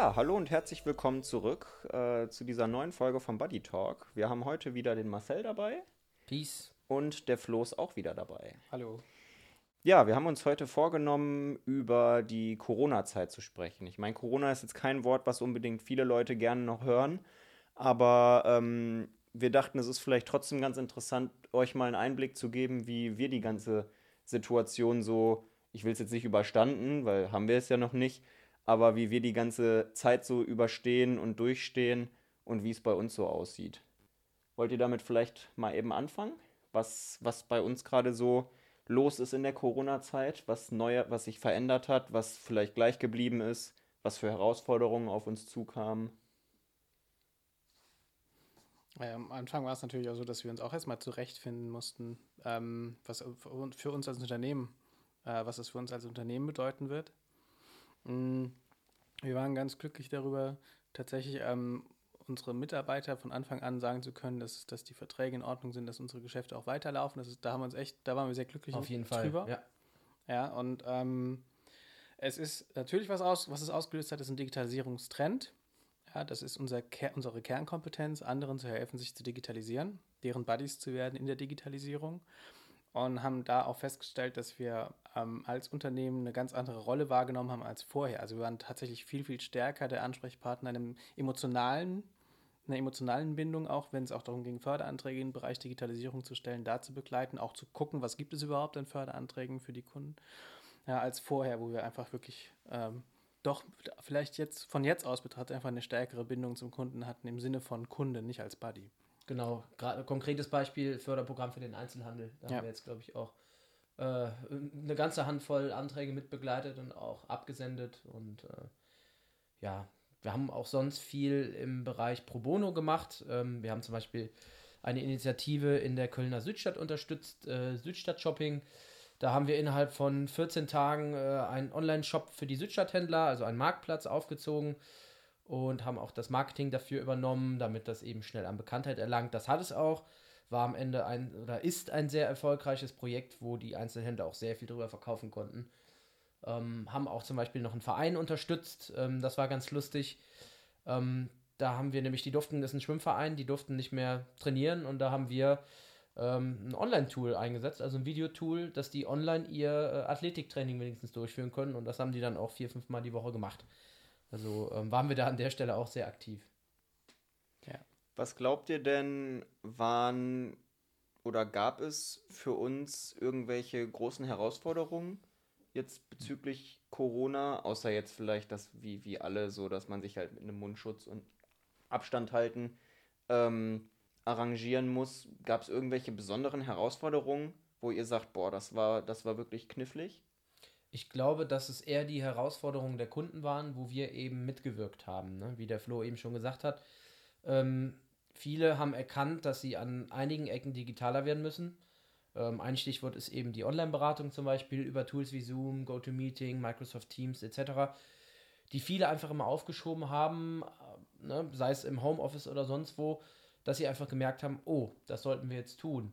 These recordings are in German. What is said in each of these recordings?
Ja, hallo und herzlich willkommen zurück zu dieser neuen Folge von Buddy Talk. Wir haben heute wieder den Marcel dabei Peace. und der Flo ist auch wieder dabei. Hallo. Ja, wir haben uns heute vorgenommen, über die Corona-Zeit zu sprechen. Ich meine, Corona ist jetzt kein Wort, was unbedingt viele Leute gerne noch hören, aber wir dachten, es ist vielleicht trotzdem ganz interessant, euch mal einen Einblick zu geben, wie wir die ganze Situation so, ich will es jetzt nicht überstanden, weil haben wir es ja noch nicht, aber wie wir die ganze Zeit so überstehen und durchstehen und wie es bei uns so aussieht. Wollt ihr damit vielleicht mal eben anfangen? Was bei uns gerade so los ist in der Corona-Zeit, was sich verändert hat, was vielleicht gleich geblieben ist, was für Herausforderungen auf uns zukamen? Am Anfang war es natürlich auch so, dass wir uns auch erstmal zurechtfinden mussten, was für uns als Unternehmen, was es für uns als Unternehmen bedeuten wird. Mm, Wir waren ganz glücklich darüber, tatsächlich unsere Mitarbeiter von Anfang an sagen zu können, dass die Verträge in Ordnung sind, dass unsere Geschäfte auch weiterlaufen. Da haben wir uns echt, da waren wir sehr glücklich Auf jeden Fall, drüber. ja. Ja, und es ist natürlich was es ausgelöst hat, ist ein Digitalisierungstrend. Ja, das ist unsere Kernkompetenz, anderen zu helfen, sich zu digitalisieren, deren Buddies zu werden in der Digitalisierung und haben da auch festgestellt, dass wir als Unternehmen eine ganz andere Rolle wahrgenommen haben als vorher. Also wir waren tatsächlich viel, viel stärker der Ansprechpartner einer emotionalen Bindung, auch wenn es auch darum ging, Förderanträge im Bereich Digitalisierung zu stellen, da zu begleiten, auch zu gucken, was gibt es überhaupt an Förderanträgen für die Kunden, ja, als vorher, wo wir einfach wirklich doch vielleicht jetzt aus betrachtet einfach eine stärkere Bindung zum Kunden hatten, im Sinne von Kunde, nicht als Buddy. Genau. Gerade konkretes Beispiel, Förderprogramm für den Einzelhandel. Da haben wir jetzt, glaube ich, auch eine ganze Handvoll Anträge mitbegleitet und auch abgesendet. Und ja, wir haben auch sonst viel im Bereich Pro Bono gemacht. Wir haben zum Beispiel eine Initiative in der Kölner Südstadt unterstützt, Südstadt Shopping. Da haben wir innerhalb von 14 Tagen einen Online-Shop für die Südstadthändler, also einen Marktplatz aufgezogen und haben auch das Marketing dafür übernommen, damit das eben schnell an Bekanntheit erlangt. Das hat es auch, war am Ende ist ein sehr erfolgreiches Projekt, wo die Einzelhändler auch sehr viel drüber verkaufen konnten. Haben auch zum Beispiel noch einen Verein unterstützt, das war ganz lustig. Da haben wir nämlich, das ist ein Schwimmverein, die durften nicht mehr trainieren und da haben wir ein Online-Tool eingesetzt, also ein Videotool, dass die online ihr Athletiktraining wenigstens durchführen können und das haben die dann auch 4-5 Mal die Woche gemacht. Also waren wir da an der Stelle auch sehr aktiv. Ja. Was glaubt ihr denn, waren oder gab es für uns irgendwelche großen Herausforderungen jetzt bezüglich Corona, außer jetzt vielleicht, dass wie alle so, dass man sich halt mit einem Mundschutz und Abstand halten arrangieren muss? Gab es irgendwelche besonderen Herausforderungen, wo ihr sagt, boah, das war wirklich knifflig? Ich glaube, dass es eher die Herausforderungen der Kunden waren, wo wir eben mitgewirkt haben, ne? Wie der Flo eben schon gesagt hat. Ähm, Viele haben erkannt, dass sie an einigen Ecken digitaler werden müssen. Ein Stichwort ist eben die Online-Beratung zum Beispiel über Tools wie Zoom, GoToMeeting, Microsoft Teams etc., die viele einfach immer aufgeschoben haben, ne? Sei es im Homeoffice oder sonst wo, dass sie einfach gemerkt haben, oh, das sollten wir jetzt tun.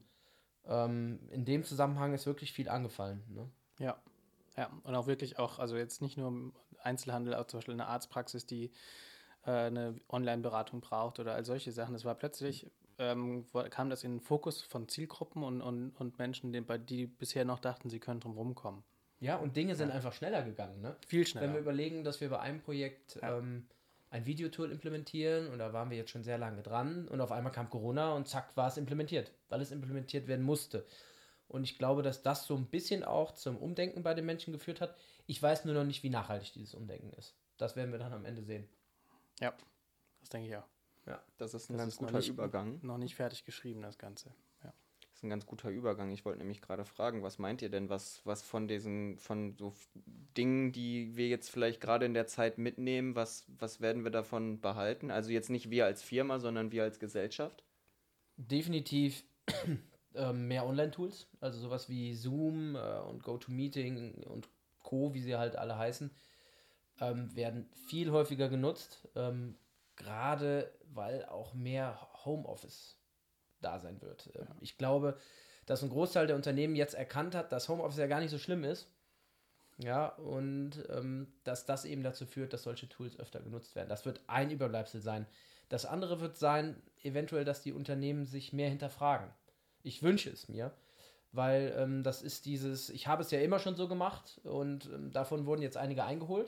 In dem Zusammenhang ist wirklich viel angefallen. Ne? Ja. Ja, und auch wirklich auch, also jetzt nicht nur im Einzelhandel, auch zum Beispiel eine Arztpraxis, die eine Online-Beratung braucht oder all solche Sachen. Es war plötzlich, kam das in den Fokus von Zielgruppen und Menschen, die bisher noch dachten, sie können drum rumkommen. Ja, und Dinge sind Ja. einfach schneller gegangen. Ne? Viel Wenn wir schneller. überlegen, dass wir bei einem Projekt Ja. ein Videotool implementieren und da waren wir jetzt schon sehr lange dran und auf einmal kam Corona und zack war es implementiert, weil es implementiert werden musste. Und ich glaube, dass das so ein bisschen auch zum Umdenken bei den Menschen geführt hat. Ich weiß nur noch nicht, wie nachhaltig dieses Umdenken ist. Das werden wir dann am Ende sehen. Ja, das denke ich auch. Ja. Das ist ein Das ganz ist guter Übergang. noch nicht fertig geschrieben, das Ganze. Ja. Das ist ein ganz guter Übergang. Ich wollte nämlich gerade fragen, was meint ihr denn, was von so Dingen, die wir jetzt vielleicht gerade in der Zeit mitnehmen, was werden wir davon behalten? Also jetzt nicht wir als Firma, sondern wir als Gesellschaft? Definitiv mehr Online-Tools, also sowas wie Zoom und GoToMeeting und Co., wie sie halt alle heißen, werden viel häufiger genutzt, gerade weil auch mehr Homeoffice da sein wird. Ich glaube, dass ein Großteil der Unternehmen jetzt erkannt hat, dass Homeoffice ja gar nicht so schlimm ist Ja, und dass das eben dazu führt, dass solche Tools öfter genutzt werden. Das wird ein Überbleibsel sein. Das andere wird sein, eventuell, dass die Unternehmen sich mehr hinterfragen. Ich wünsche es mir, weil das ist ich habe es ja immer schon so gemacht und davon wurden jetzt einige eingeholt.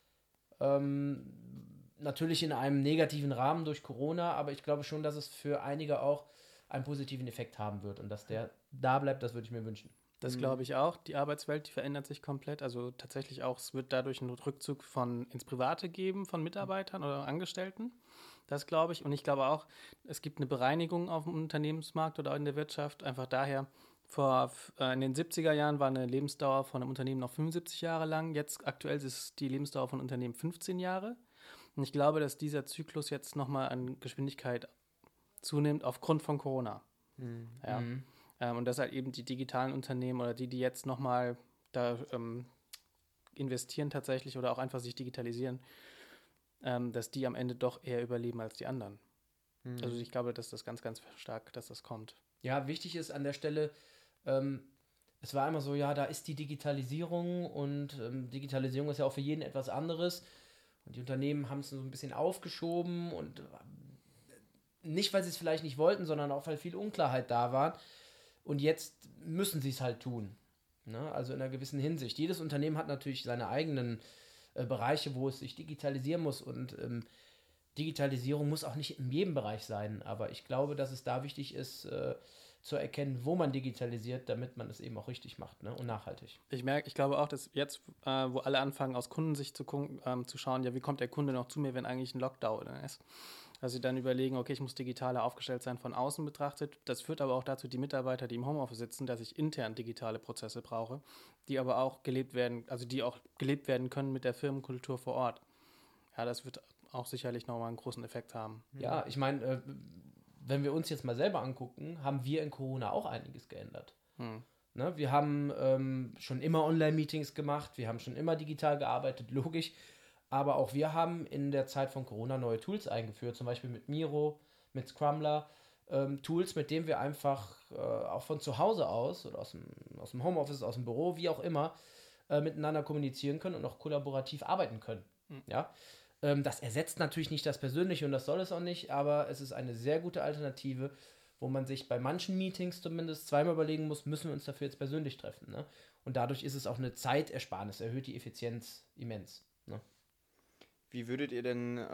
Natürlich in einem negativen Rahmen durch Corona, aber ich glaube schon, dass es für einige auch einen positiven Effekt haben wird und dass der da bleibt, das würde ich mir wünschen. Das glaube ich auch. Die Arbeitswelt, die verändert sich komplett. Also tatsächlich auch, es wird dadurch einen Rückzug ins Private geben von Mitarbeitern oder Angestellten. Das glaube ich. Und ich glaube auch, es gibt eine Bereinigung auf dem Unternehmensmarkt oder in der Wirtschaft. Einfach daher, in den 70er Jahren war eine Lebensdauer von einem Unternehmen noch 75 Jahre lang. Jetzt aktuell ist die Lebensdauer von Unternehmen 15 Jahre. Und ich glaube, dass dieser Zyklus jetzt nochmal an Geschwindigkeit zunimmt aufgrund von Corona. Ja. Und dass halt eben die digitalen Unternehmen oder die jetzt nochmal da investieren tatsächlich oder auch einfach sich digitalisieren, dass die am Ende doch eher überleben als die anderen. Also ich glaube, dass das ganz, ganz stark, dass das kommt. Ja, wichtig ist an der Stelle, es war immer so, ja, da ist die Digitalisierung und Digitalisierung ist ja auch für jeden etwas anderes. Und die Unternehmen haben es so ein bisschen aufgeschoben und nicht, weil sie es vielleicht nicht wollten, sondern auch, weil viel Unklarheit da war. Und jetzt müssen sie es halt tun. Ne? Also in einer gewissen Hinsicht. Jedes Unternehmen hat natürlich seine eigenen Bereiche, wo es sich digitalisieren muss. Und Digitalisierung muss auch nicht in jedem Bereich sein. Aber ich glaube, dass es da wichtig ist, zu erkennen, wo man digitalisiert, damit man es eben auch richtig macht, ne? Und nachhaltig. Ich glaube auch, dass jetzt, wo alle anfangen, aus Kundensicht zu schauen, ja, wie kommt der Kunde noch zu mir, wenn eigentlich ein Lockdown ist? Also sie dann überlegen, okay, ich muss digitaler aufgestellt sein von außen betrachtet. Das führt aber auch dazu, die Mitarbeiter, die im Homeoffice sitzen, dass ich intern digitale Prozesse brauche, die aber auch gelebt werden, also die auch gelebt werden können mit der Firmenkultur vor Ort. Ja, das wird auch sicherlich nochmal einen großen Effekt haben. Ja, ich meine, wenn wir uns jetzt mal selber angucken, haben wir in Corona auch einiges geändert. Ne, wir haben schon immer Online-Meetings gemacht, wir haben schon immer digital gearbeitet, logisch. Aber auch wir haben in der Zeit von Corona neue Tools eingeführt, zum Beispiel mit Miro, mit Scrumler, Tools, mit denen wir einfach auch von zu Hause aus oder aus dem Homeoffice, aus dem Büro, wie auch immer, miteinander kommunizieren können und auch kollaborativ arbeiten können. Ja? Das ersetzt natürlich nicht das Persönliche und das soll es auch nicht, aber es ist eine sehr gute Alternative, wo man sich bei manchen Meetings zumindest zweimal überlegen muss, müssen wir uns dafür jetzt persönlich treffen. Ne? Und dadurch ist es auch eine Zeitersparnis, erhöht die Effizienz immens. Ne? Wie würdet ihr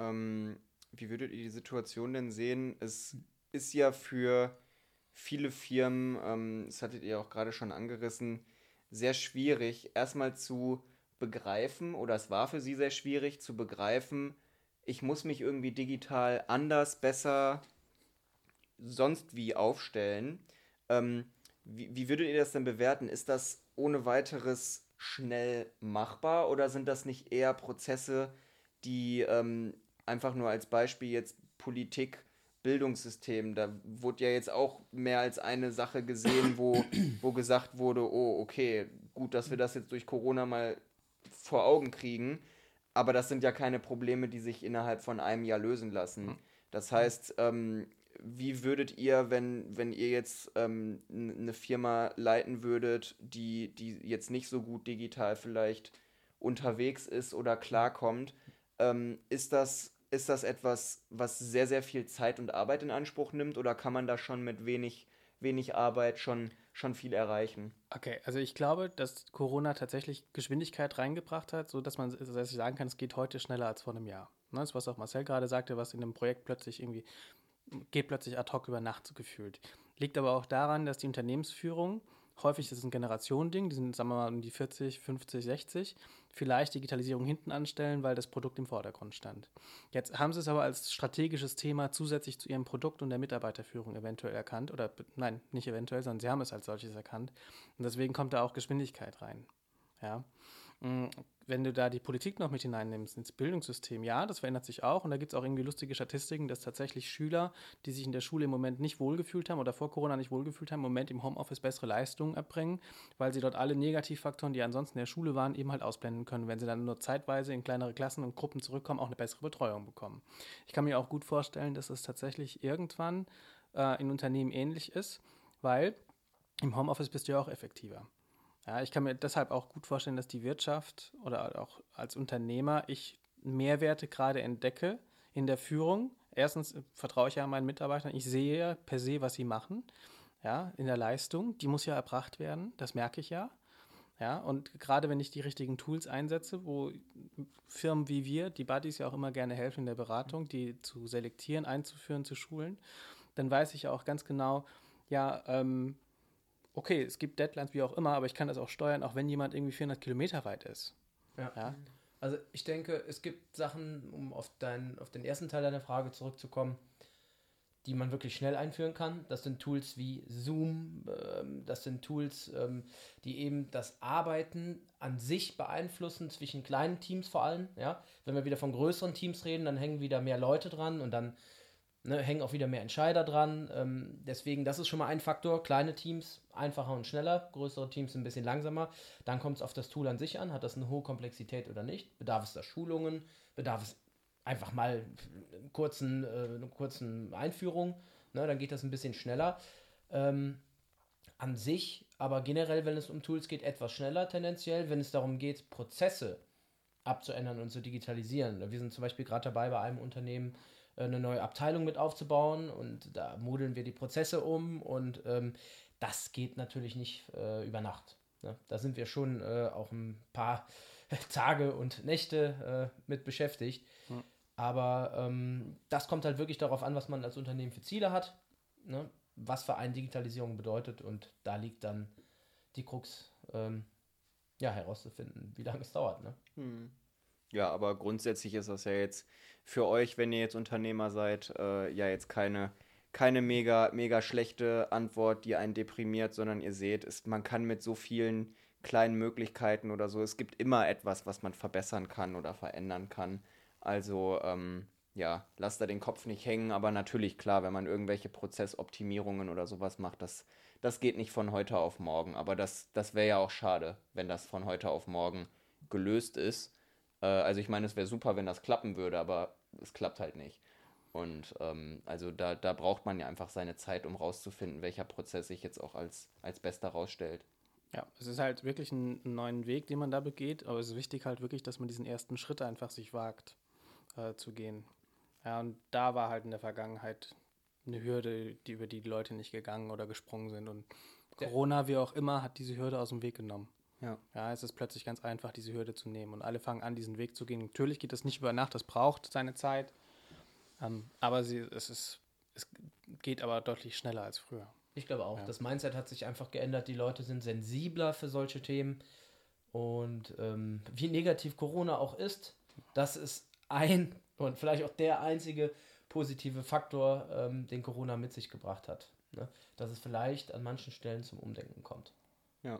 die Situation denn sehen? Es ist ja für viele Firmen, das hattet ihr auch gerade schon angerissen, sehr schwierig, erstmal zu begreifen, oder es war für sie sehr schwierig zu begreifen, ich muss mich irgendwie digital anders, besser, sonst wie aufstellen. Wie würdet ihr das denn bewerten? Ist das ohne weiteres schnell machbar oder sind das nicht eher Prozesse, die einfach nur als Beispiel jetzt Politik, Bildungssystem, da wurde ja jetzt auch mehr als eine Sache gesehen, wo gesagt wurde, oh, okay, gut, dass wir das jetzt durch Corona mal vor Augen kriegen, aber das sind ja keine Probleme, die sich innerhalb von einem Jahr lösen lassen. Das heißt, wie würdet ihr, wenn ihr jetzt eine Firma leiten würdet, die jetzt nicht so gut digital vielleicht unterwegs ist oder klarkommt, ist das etwas, was sehr, sehr viel Zeit und Arbeit in Anspruch nimmt, oder kann man da schon mit wenig Arbeit schon viel erreichen? Okay, also ich glaube, dass Corona tatsächlich Geschwindigkeit reingebracht hat, sodass ich sagen kann, es geht heute schneller als vor einem Jahr. Ne, das, was auch Marcel gerade sagte, was in einem Projekt geht plötzlich ad hoc über Nacht gefühlt. Liegt aber auch daran, dass die Unternehmensführung, häufig ist es ein Generationending, die sind, sagen wir mal, um die 40, 50, 60, vielleicht Digitalisierung hinten anstellen, weil das Produkt im Vordergrund stand. Jetzt haben sie es aber als strategisches Thema zusätzlich zu ihrem Produkt und der Mitarbeiterführung eventuell erkannt, oder nein, nicht eventuell, sondern sie haben es als solches erkannt und deswegen kommt da auch Geschwindigkeit rein. Ja. Wenn du da die Politik noch mit hineinnimmst, ins Bildungssystem, ja, das verändert sich auch und da gibt es auch irgendwie lustige Statistiken, dass tatsächlich Schüler, die sich in der Schule im Moment nicht wohlgefühlt haben oder vor Corona nicht wohlgefühlt haben, im Moment im Homeoffice bessere Leistungen erbringen, weil sie dort alle Negativfaktoren, die ansonsten in der Schule waren, eben halt ausblenden können, wenn sie dann nur zeitweise in kleinere Klassen und Gruppen zurückkommen, auch eine bessere Betreuung bekommen. Ich kann mir auch gut vorstellen, dass es tatsächlich irgendwann in Unternehmen ähnlich ist, weil im Homeoffice bist du ja auch effektiver. Ja, ich kann mir deshalb auch gut vorstellen, dass die Wirtschaft oder auch als Unternehmer ich Mehrwerte gerade entdecke in der Führung. Erstens vertraue ich ja meinen Mitarbeitern. Ich sehe ja per se, was sie machen. Ja, in der Leistung. Die muss ja erbracht werden. Das merke ich ja. Ja, und gerade wenn ich die richtigen Tools einsetze, wo Firmen wie wir, die Buddies ja auch immer gerne helfen in der Beratung, die zu selektieren, einzuführen, zu schulen, dann weiß ich ja auch ganz genau, ja, okay, es gibt Deadlines, wie auch immer, aber ich kann das auch steuern, auch wenn jemand irgendwie 400 Kilometer weit ist. Ja. Ja? Also ich denke, es gibt Sachen, um auf den ersten Teil deiner Frage zurückzukommen, die man wirklich schnell einführen kann. Das sind Tools wie Zoom, das sind Tools, die eben das Arbeiten an sich beeinflussen, zwischen kleinen Teams vor allem. Ja? Wenn wir wieder von größeren Teams reden, dann hängen wieder mehr Leute dran und dann hängen auch wieder mehr Entscheider dran. Deswegen, das ist schon mal ein Faktor. Kleine Teams einfacher und schneller, größere Teams ein bisschen langsamer. Dann kommt es auf das Tool an sich an. Hat das eine hohe Komplexität oder nicht? Bedarf es da Schulungen? Bedarf es einfach mal eine kurzen Einführung? Dann geht das ein bisschen schneller. An sich, aber generell, wenn es um Tools geht, etwas schneller tendenziell. Wenn es darum geht, Prozesse abzuändern und zu digitalisieren. Wir sind zum Beispiel gerade dabei, bei einem Unternehmen eine neue Abteilung mit aufzubauen und da modeln wir die Prozesse um und das geht natürlich nicht über Nacht. Ne? Da sind wir schon auch ein paar Tage und Nächte mit beschäftigt. Mhm. Aber das kommt halt wirklich darauf an, was man als Unternehmen für Ziele hat, ne? Was für eine Digitalisierung bedeutet und da liegt dann die Krux, herauszufinden, wie lange es dauert. Ne? Ja, aber grundsätzlich ist das ja jetzt für euch, wenn ihr jetzt Unternehmer seid, ja jetzt keine mega schlechte Antwort, die einen deprimiert, sondern ihr seht, man kann mit so vielen kleinen Möglichkeiten oder so, es gibt immer etwas, was man verbessern kann oder verändern kann. Also, ja, lasst da den Kopf nicht hängen, aber natürlich, klar, wenn man irgendwelche Prozessoptimierungen oder sowas macht, das geht nicht von heute auf morgen. Aber das wäre ja auch schade, wenn das von heute auf morgen gelöst ist. Also ich meine, es wäre super, wenn das klappen würde, aber es klappt halt nicht. Und also da braucht man ja einfach seine Zeit, um rauszufinden, welcher Prozess sich jetzt auch als bester rausstellt. Ja, es ist halt wirklich ein neuen Weg, den man da begeht, aber es ist wichtig halt wirklich, dass man diesen ersten Schritt einfach sich wagt zu gehen. Ja, und da war halt in der Vergangenheit eine Hürde, über die Leute nicht gegangen oder gesprungen sind. Und Corona, wie auch immer, hat diese Hürde aus dem Weg genommen. Ja, es ist plötzlich ganz einfach, diese Hürde zu nehmen. Und alle fangen an, diesen Weg zu gehen. Natürlich geht das nicht über Nacht, das braucht seine Zeit. Aber es geht aber deutlich schneller als früher. Ich glaube auch. Ja. Das Mindset hat sich einfach geändert. Die Leute sind sensibler für solche Themen. Und wie negativ Corona auch ist, das ist ein und vielleicht auch der einzige positive Faktor, den Corona mit sich gebracht hat. Ne? Dass es vielleicht an manchen Stellen zum Umdenken kommt. Ja.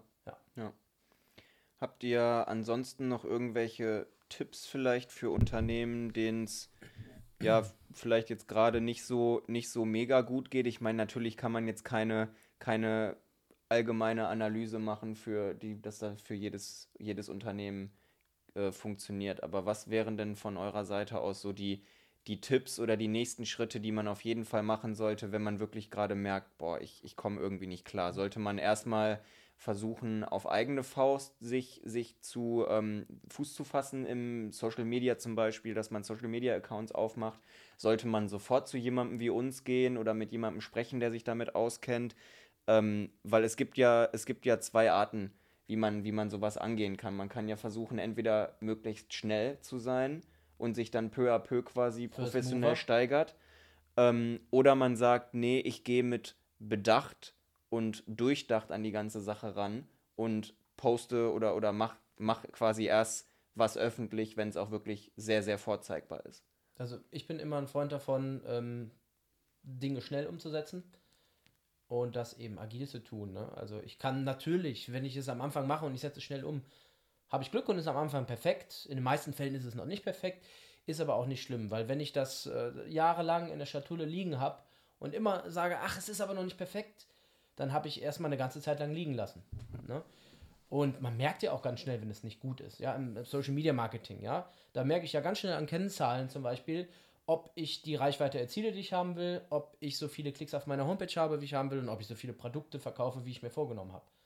Habt ihr ansonsten noch irgendwelche Tipps vielleicht für Unternehmen, denen es ja vielleicht jetzt gerade nicht so mega gut geht? Ich meine, natürlich kann man jetzt keine allgemeine Analyse machen, dass da für jedes Unternehmen funktioniert. Aber was wären denn von eurer Seite aus so die Tipps oder die nächsten Schritte, die man auf jeden Fall machen sollte, wenn man wirklich gerade merkt, boah, ich komme irgendwie nicht klar? Sollte man erstmal versuchen, auf eigene Faust sich zu Fuß zu fassen im Social Media zum Beispiel, dass man Social Media Accounts aufmacht? Sollte man sofort zu jemandem wie uns gehen oder mit jemandem sprechen, der sich damit auskennt? Weil es gibt ja zwei Arten, wie man sowas angehen kann. Man kann ja versuchen, entweder möglichst schnell zu sein und sich dann peu à peu quasi professionell steigert. Oder man sagt, nee, ich gehe mit Bedacht und durchdacht an die ganze Sache ran und poste oder mach quasi erst was öffentlich, wenn es auch wirklich sehr, sehr vorzeigbar ist. Also ich bin immer ein Freund davon, Dinge schnell umzusetzen und das eben agil zu tun. Ne? Also ich kann natürlich, wenn ich es am Anfang mache und ich setze es schnell um, habe ich Glück und ist am Anfang perfekt. In den meisten Fällen ist es noch nicht perfekt, ist aber auch nicht schlimm, weil wenn ich das jahrelang in der Schatulle liegen habe und immer sage, ach, es ist aber noch nicht perfekt, dann habe ich erstmal eine ganze Zeit lang liegen lassen. Ne? Und man merkt ja auch ganz schnell, wenn es nicht gut ist. Ja, im Social Media Marketing, ja, da merke ich ja ganz schnell an Kennzahlen zum Beispiel, ob ich die Reichweite erziele, die ich haben will, ob ich so viele Klicks auf meiner Homepage habe, wie ich haben will und ob ich so viele Produkte verkaufe, wie ich mir vorgenommen habe.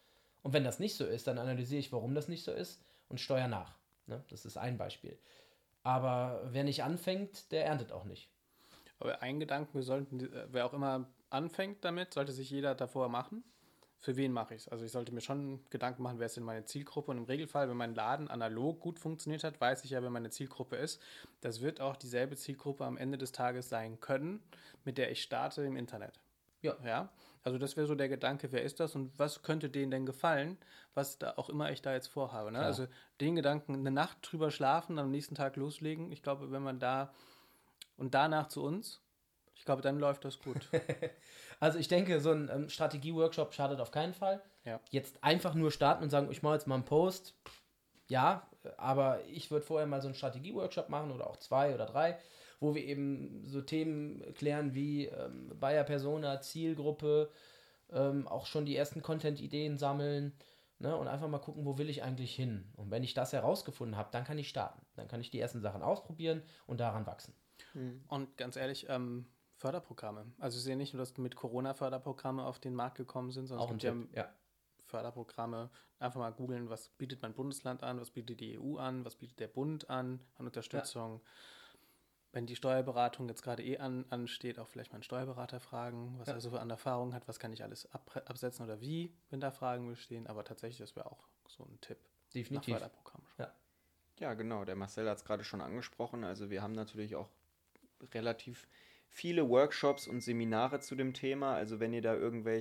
Und wenn das nicht so ist, dann analysiere ich, warum das nicht so ist und steuere nach. Ne? Das ist ein Beispiel. Aber wer nicht anfängt, der erntet auch nicht. Aber ein Gedanke, wer auch immer anfängt damit, sollte sich jeder davor machen. Für wen mache ich es? Also ich sollte mir schon Gedanken machen, wer ist denn meine Zielgruppe? Und im Regelfall, wenn mein Laden analog gut funktioniert hat, weiß ich ja, wer meine Zielgruppe ist. Das wird auch dieselbe Zielgruppe am Ende des Tages sein können, mit der ich starte im Internet. Ja? Also das wäre so der Gedanke, wer ist das und was könnte denen denn gefallen, was da auch immer ich da jetzt vorhabe. Ne? Also den Gedanken, eine Nacht drüber schlafen, dann am nächsten Tag loslegen. Ich glaube, wenn man da und danach zu uns, ich glaube, dann läuft das gut. Also ich denke, so ein Strategie-Workshop schadet auf keinen Fall. Ja. Jetzt einfach nur starten und sagen, ich mache jetzt mal einen Post. Ja, aber ich würde vorher mal so einen Strategie-Workshop machen oder auch 2 oder 3, wo wir eben so Themen klären wie Buyer-Persona, Zielgruppe, auch schon die ersten Content-Ideen sammeln, ne, und einfach mal gucken, wo will ich eigentlich hin. Und wenn ich das herausgefunden habe, dann kann ich starten. Dann kann ich die ersten Sachen ausprobieren und daran wachsen. Und ganz ehrlich, Förderprogramme. Also ich sehe nicht nur, dass mit Corona Förderprogramme auf den Markt gekommen sind, sondern Auch es gibt ja Förderprogramme. Einfach mal googeln, was bietet mein Bundesland an, was bietet die EU an, was bietet der Bund an Unterstützung. Ja. Wenn die Steuerberatung jetzt gerade ansteht, auch vielleicht mal einen Steuerberater fragen, was er so an Erfahrung hat, was kann ich alles absetzen oder wie, wenn da Fragen bestehen. Aber tatsächlich, das wäre auch so ein Tipp. Definitiv. Nach Förderprogramm. Ja, genau. Der Marcel hat es gerade schon angesprochen. Also wir haben natürlich auch relativ viele Workshops und Seminare zu dem Thema. Also wenn ihr da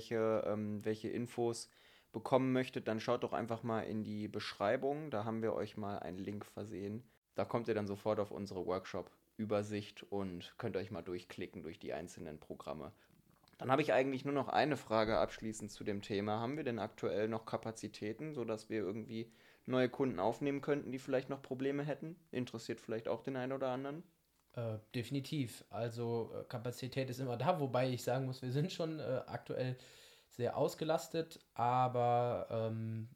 welche Infos bekommen möchtet, dann schaut doch einfach mal in die Beschreibung. Da haben wir euch mal einen Link versehen. Da kommt ihr dann sofort auf unsere Workshop-Übersicht und könnt euch mal durchklicken durch die einzelnen Programme. Dann habe ich eigentlich nur noch eine Frage abschließend zu dem Thema. Haben wir denn aktuell noch Kapazitäten, sodass wir irgendwie neue Kunden aufnehmen könnten, die vielleicht noch Probleme hätten? Interessiert vielleicht auch den einen oder anderen? Definitiv. Also Kapazität ist immer da, wobei ich sagen muss, wir sind schon aktuell sehr ausgelastet, aber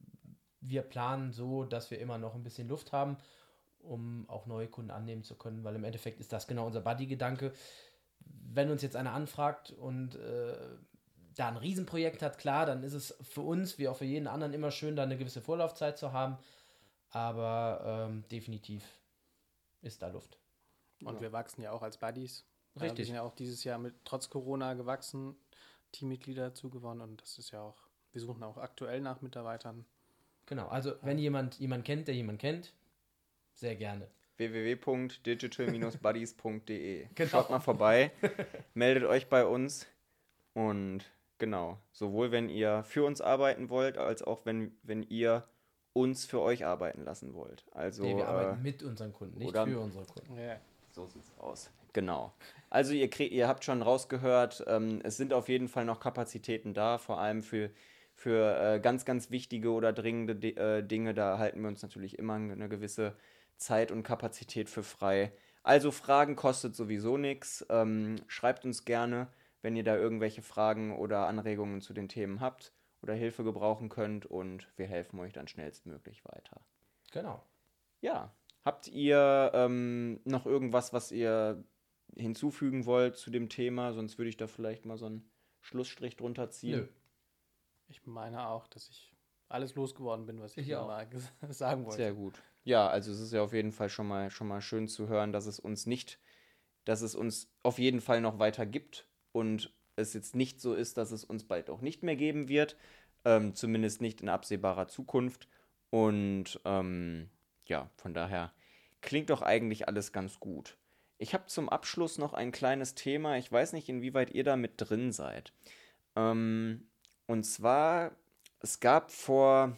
wir planen so, dass wir immer noch ein bisschen Luft haben, um auch neue Kunden annehmen zu können, weil im Endeffekt ist das genau unser Buddy-Gedanke. Wenn uns jetzt einer anfragt und da ein Riesenprojekt hat, klar, dann ist es für uns, wie auch für jeden anderen, immer schön, da eine gewisse Vorlaufzeit zu haben, aber definitiv ist da Luft. Und wir wachsen ja auch als Buddies. Richtig. Wir sind ja auch dieses Jahr trotz Corona gewachsen, Teammitglieder zugewonnen und das ist ja auch, wir suchen auch aktuell nach Mitarbeitern. Genau, also wenn jemand kennt, der jemanden kennt, sehr gerne. www.digital-buddies.de Genau. Schaut mal vorbei, meldet euch bei uns und genau, sowohl wenn ihr für uns arbeiten wollt, als auch wenn ihr uns für euch arbeiten lassen wollt. Also, wir arbeiten mit unseren Kunden, nicht für unsere Kunden. Ja. So sieht's aus. Genau. Also ihr habt schon rausgehört, es sind auf jeden Fall noch Kapazitäten da, vor allem für ganz, ganz wichtige oder dringende Dinge. Da halten wir uns natürlich immer eine gewisse Zeit und Kapazität für frei. Also Fragen kostet sowieso nichts. Schreibt uns gerne, wenn ihr da irgendwelche Fragen oder Anregungen zu den Themen habt oder Hilfe gebrauchen könnt und wir helfen euch dann schnellstmöglich weiter. Genau. Ja. Habt ihr noch irgendwas, was ihr hinzufügen wollt zu dem Thema? Sonst würde ich da vielleicht mal so einen Schlussstrich drunter ziehen. Nö. Ich meine auch, dass ich alles losgeworden bin, was ich auch. mal sagen wollte. Sehr gut. Ja, also es ist ja auf jeden Fall schon mal schön zu hören, dass es uns auf jeden Fall noch weiter gibt und es jetzt nicht so ist, dass es uns bald auch nicht mehr geben wird. Zumindest nicht in absehbarer Zukunft. Und ja, von daher klingt doch eigentlich alles ganz gut. Ich habe zum Abschluss noch ein kleines Thema. Ich weiß nicht, inwieweit ihr da mit drin seid. Und zwar, es gab vor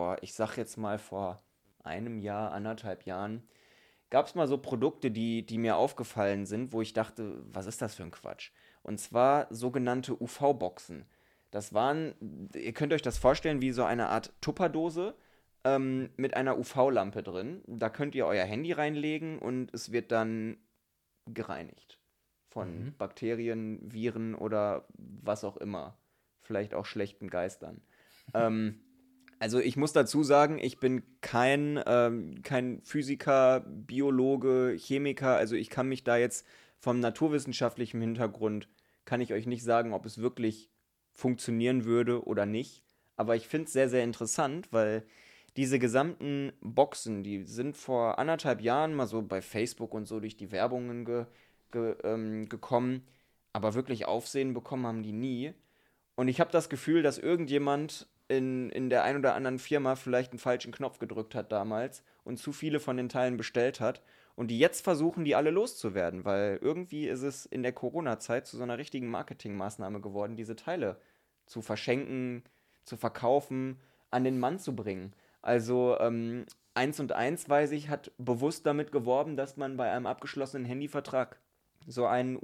einem Jahr, 1,5 Jahren, gab es mal so Produkte, die mir aufgefallen sind, wo ich dachte, was ist das für ein Quatsch? Und zwar sogenannte UV-Boxen. Ihr könnt euch das vorstellen wie so eine Art Tupperdose, mit einer UV-Lampe drin. Da könnt ihr euer Handy reinlegen und es wird dann gereinigt. Von Bakterien, Viren oder was auch immer. Vielleicht auch schlechten Geistern. Also ich muss dazu sagen, ich bin kein Physiker, Biologe, Chemiker. Also ich kann mich da jetzt vom naturwissenschaftlichen Hintergrund, kann ich euch nicht sagen, ob es wirklich funktionieren würde oder nicht. aber ich finde es sehr, sehr interessant, weil diese gesamten Boxen, die sind vor 1,5 Jahren mal so bei Facebook und so durch die Werbungen gekommen, aber wirklich Aufsehen bekommen haben die nie. Und ich habe das Gefühl, dass irgendjemand in der ein oder anderen Firma vielleicht einen falschen Knopf gedrückt hat damals und zu viele von den Teilen bestellt hat und die jetzt versuchen, die alle loszuwerden, weil irgendwie ist es in der Corona-Zeit zu so einer richtigen Marketingmaßnahme geworden, diese Teile zu verschenken, zu verkaufen, an den Mann zu bringen. Also 1&1, weiß ich, hat bewusst damit geworben, dass man bei einem abgeschlossenen Handyvertrag so einen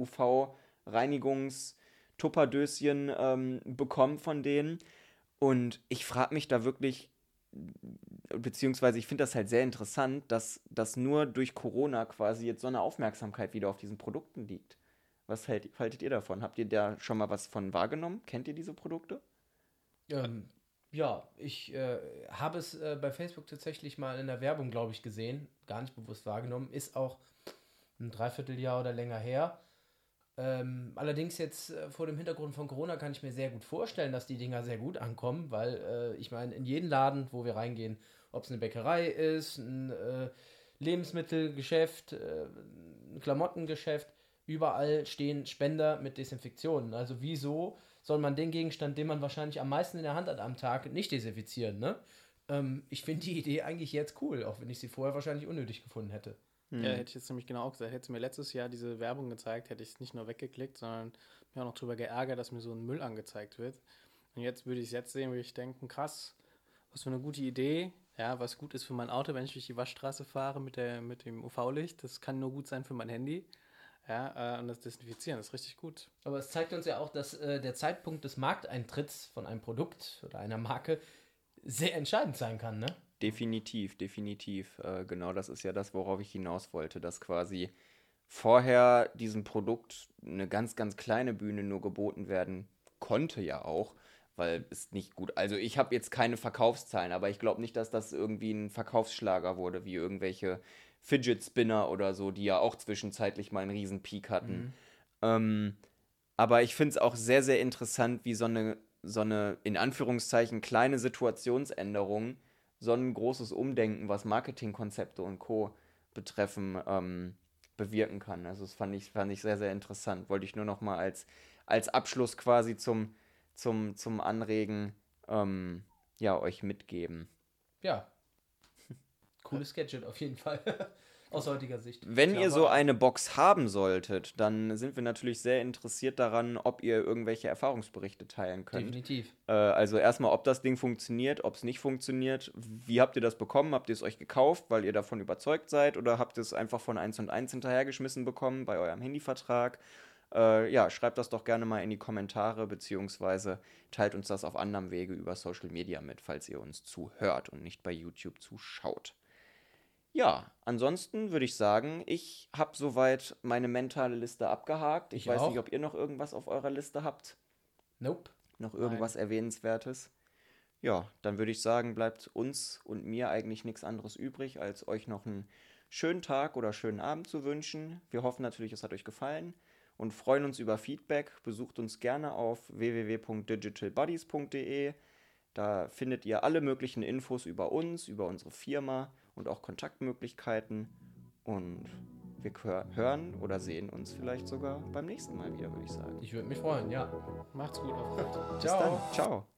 UV-Reinigungs-Tupperdöschen bekommt von denen. Und ich frage mich da wirklich, beziehungsweise ich finde das halt sehr interessant, dass das nur durch Corona quasi jetzt so eine Aufmerksamkeit wieder auf diesen Produkten liegt. Was haltet ihr davon? Habt ihr da schon mal was von wahrgenommen? Kennt ihr diese Produkte? Ähm, ja, ich habe es bei Facebook tatsächlich mal in der Werbung, glaube ich, gesehen. Gar nicht bewusst wahrgenommen. Ist auch ein Dreivierteljahr oder länger her. Allerdings jetzt vor dem Hintergrund von Corona kann ich mir sehr gut vorstellen, dass die Dinger sehr gut ankommen, weil ich meine, in jeden Laden, wo wir reingehen, ob es eine Bäckerei ist, ein Lebensmittelgeschäft, ein Klamottengeschäft, überall stehen Spender mit Desinfektionen. Also wieso soll man den Gegenstand, den man wahrscheinlich am meisten in der Hand hat am Tag, nicht desinfizieren, ne? Ich finde die Idee eigentlich jetzt cool, auch wenn ich sie vorher wahrscheinlich unnötig gefunden hätte. Ja, hätte ich jetzt nämlich genau auch gesagt. Hätte mir letztes Jahr diese Werbung gezeigt, hätte ich es nicht nur weggeklickt, sondern mir auch noch drüber geärgert, dass mir so ein Müll angezeigt wird. Und jetzt würde ich es jetzt sehen, würde ich denken, krass, was für eine gute Idee. Ja, was gut ist für mein Auto, wenn ich durch die Waschstraße fahre mit dem UV-Licht. Das kann nur gut sein für mein Handy. Ja, und das Desinfizieren ist richtig gut. Aber es zeigt uns ja auch, dass der Zeitpunkt des Markteintritts von einem Produkt oder einer Marke sehr entscheidend sein kann, ne? Definitiv, definitiv. Genau das ist ja das, worauf ich hinaus wollte, dass quasi vorher diesem Produkt eine ganz, ganz kleine Bühne nur geboten werden konnte ja auch, weil es nicht gut. Also ich habe jetzt keine Verkaufszahlen, aber ich glaube nicht, dass das irgendwie ein Verkaufsschlager wurde, wie irgendwelche Fidget Spinner oder so, die ja auch zwischenzeitlich mal einen riesen Peak hatten. Ähm, aber ich finde es auch sehr, sehr interessant, wie so eine in Anführungszeichen kleine Situationsänderung so ein großes Umdenken, was Marketingkonzepte und Co. betreffen, bewirken kann. Also das fand ich sehr, sehr interessant. Wollte ich nur noch mal als Abschluss quasi zum Anregen ja, euch mitgeben. Ja, cooles Gadget auf jeden Fall. Aus heutiger Sicht. Wenn Ja, ihr so aber- eine Box haben solltet, dann sind wir natürlich sehr interessiert daran, ob ihr irgendwelche Erfahrungsberichte teilen könnt. Definitiv. Also erstmal, ob das Ding funktioniert, ob es nicht funktioniert. Wie habt ihr das bekommen? Habt ihr es euch gekauft, weil ihr davon überzeugt seid? Oder habt ihr es einfach von 1&1 hinterhergeschmissen bekommen bei eurem Handyvertrag? Ja, schreibt das doch gerne mal in die Kommentare, beziehungsweise teilt uns das auf anderem Wege über Social Media mit, falls ihr uns zuhört und nicht bei YouTube zuschaut. Ja, ansonsten würde ich sagen, ich habe soweit meine mentale Liste abgehakt. Ich Ich weiß auch. nicht, ob ihr noch irgendwas auf eurer Liste habt. Nope. Noch irgendwas Erwähnenswertes. Ja, dann würde ich sagen, bleibt uns und mir eigentlich nichts anderes übrig, als euch noch einen schönen Tag oder schönen Abend zu wünschen. Wir hoffen natürlich, es hat euch gefallen und freuen uns über Feedback. Besucht uns gerne auf www.digitalbuddies.de. Da findet ihr alle möglichen Infos über uns, über unsere Firma und auch Kontaktmöglichkeiten. Und wir hören oder sehen uns vielleicht sogar beim nächsten Mal wieder, würde ich sagen. Ich würde mich freuen, ja. Macht's gut, auf bald. Bis dann. Ciao.